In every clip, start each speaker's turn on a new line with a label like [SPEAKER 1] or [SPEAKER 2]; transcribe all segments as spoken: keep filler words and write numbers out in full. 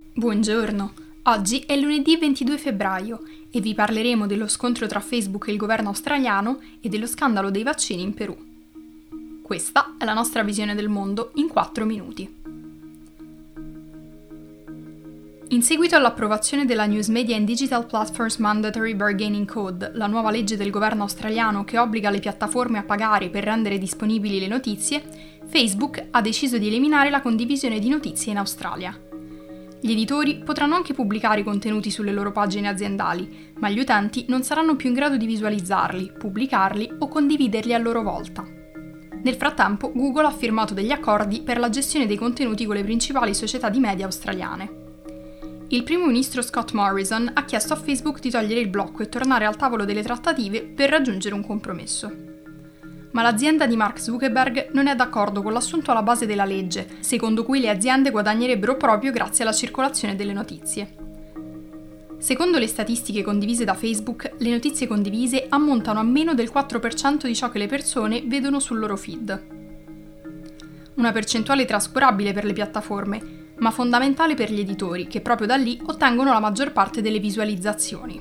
[SPEAKER 1] Buongiorno, oggi è lunedì ventidue febbraio e vi parleremo dello scontro tra Facebook e il governo australiano e dello scandalo dei vaccini in Perù. Questa è la nostra visione del mondo in quattro minuti. In seguito all'approvazione della News Media and Digital Platforms Mandatory Bargaining Code, la nuova legge del governo australiano che obbliga le piattaforme a pagare per rendere disponibili le notizie, Facebook ha deciso di eliminare la condivisione di notizie in Australia. Gli editori potranno anche pubblicare i contenuti sulle loro pagine aziendali, ma gli utenti non saranno più in grado di visualizzarli, pubblicarli o condividerli a loro volta. Nel frattempo, Google ha firmato degli accordi per la gestione dei contenuti con le principali società di media australiane. Il primo ministro Scott Morrison ha chiesto a Facebook di togliere il blocco e tornare al tavolo delle trattative per raggiungere un compromesso. Ma l'azienda di Mark Zuckerberg non è d'accordo con l'assunto alla base della legge, secondo cui le aziende guadagnerebbero proprio grazie alla circolazione delle notizie. Secondo le statistiche condivise da Facebook, le notizie condivise ammontano a meno del quattro per cento di ciò che le persone vedono sul loro feed. Una percentuale trascurabile per le piattaforme, ma fondamentale per gli editori, che proprio da lì ottengono la maggior parte delle visualizzazioni.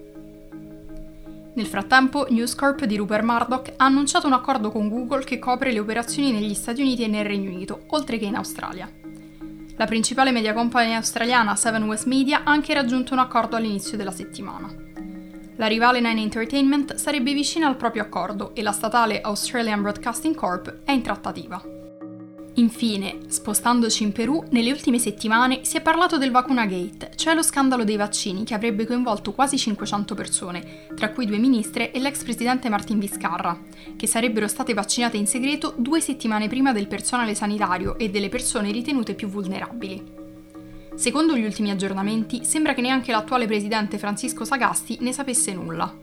[SPEAKER 1] Nel frattempo, News Corp di Rupert Murdoch ha annunciato un accordo con Google che copre le operazioni negli Stati Uniti e nel Regno Unito, oltre che in Australia. La principale media company australiana, Seven West Media, ha anche raggiunto un accordo all'inizio della settimana. La rivale Nine Entertainment sarebbe vicina al proprio accordo e la statale Australian Broadcasting Corp è in trattativa. Infine, spostandoci in Perù, nelle ultime settimane si è parlato del Vacuna Gate, cioè lo scandalo dei vaccini che avrebbe coinvolto quasi cinquecento persone, tra cui due ministre e l'ex presidente Martín Vizcarra, che sarebbero state vaccinate in segreto due settimane prima del personale sanitario e delle persone ritenute più vulnerabili. Secondo gli ultimi aggiornamenti, sembra che neanche l'attuale presidente Francisco Sagasti ne sapesse nulla.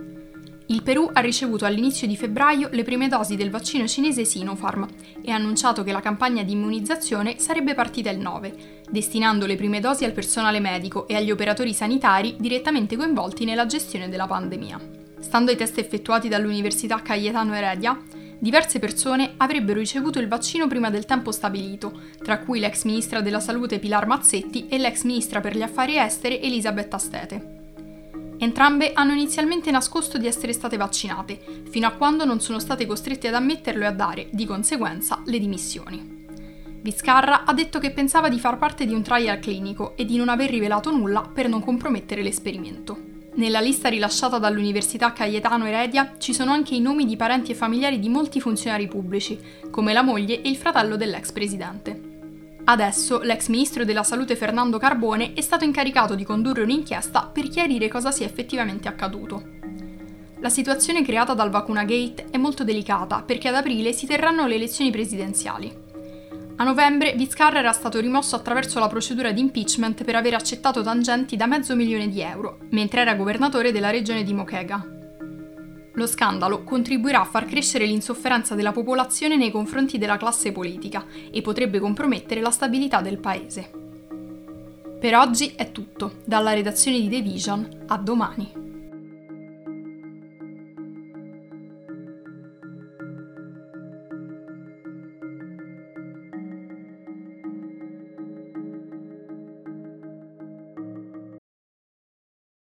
[SPEAKER 1] Il Perù ha ricevuto all'inizio di febbraio le prime dosi del vaccino cinese Sinopharm e ha annunciato che la campagna di immunizzazione sarebbe partita il nove, destinando le prime dosi al personale medico e agli operatori sanitari direttamente coinvolti nella gestione della pandemia. Stando ai test effettuati dall'Università Cayetano Heredia, diverse persone avrebbero ricevuto il vaccino prima del tempo stabilito, tra cui l'ex ministra della Salute Pilar Mazzetti e l'ex ministra per gli affari esteri Elisabeth Astete. Entrambe hanno inizialmente nascosto di essere state vaccinate, fino a quando non sono state costrette ad ammetterlo e a dare, di conseguenza, le dimissioni. Vizcarra ha detto che pensava di far parte di un trial clinico e di non aver rivelato nulla per non compromettere l'esperimento. Nella lista rilasciata dall'Università Cayetano Heredia ci sono anche i nomi di parenti e familiari di molti funzionari pubblici, come la moglie e il fratello dell'ex presidente. Adesso l'ex ministro della Salute Fernando Carbone è stato incaricato di condurre un'inchiesta per chiarire cosa sia effettivamente accaduto. La situazione creata dal Vacuna Gate è molto delicata perché ad aprile si terranno le elezioni presidenziali. A novembre Vizcarra era stato rimosso attraverso la procedura di impeachment per aver accettato tangenti da mezzo milione di euro, mentre era governatore della regione di Moquegua. Lo scandalo contribuirà a far crescere l'insofferenza della popolazione nei confronti della classe politica e potrebbe compromettere la stabilità del paese. Per oggi è tutto, dalla redazione di The Vision, a domani.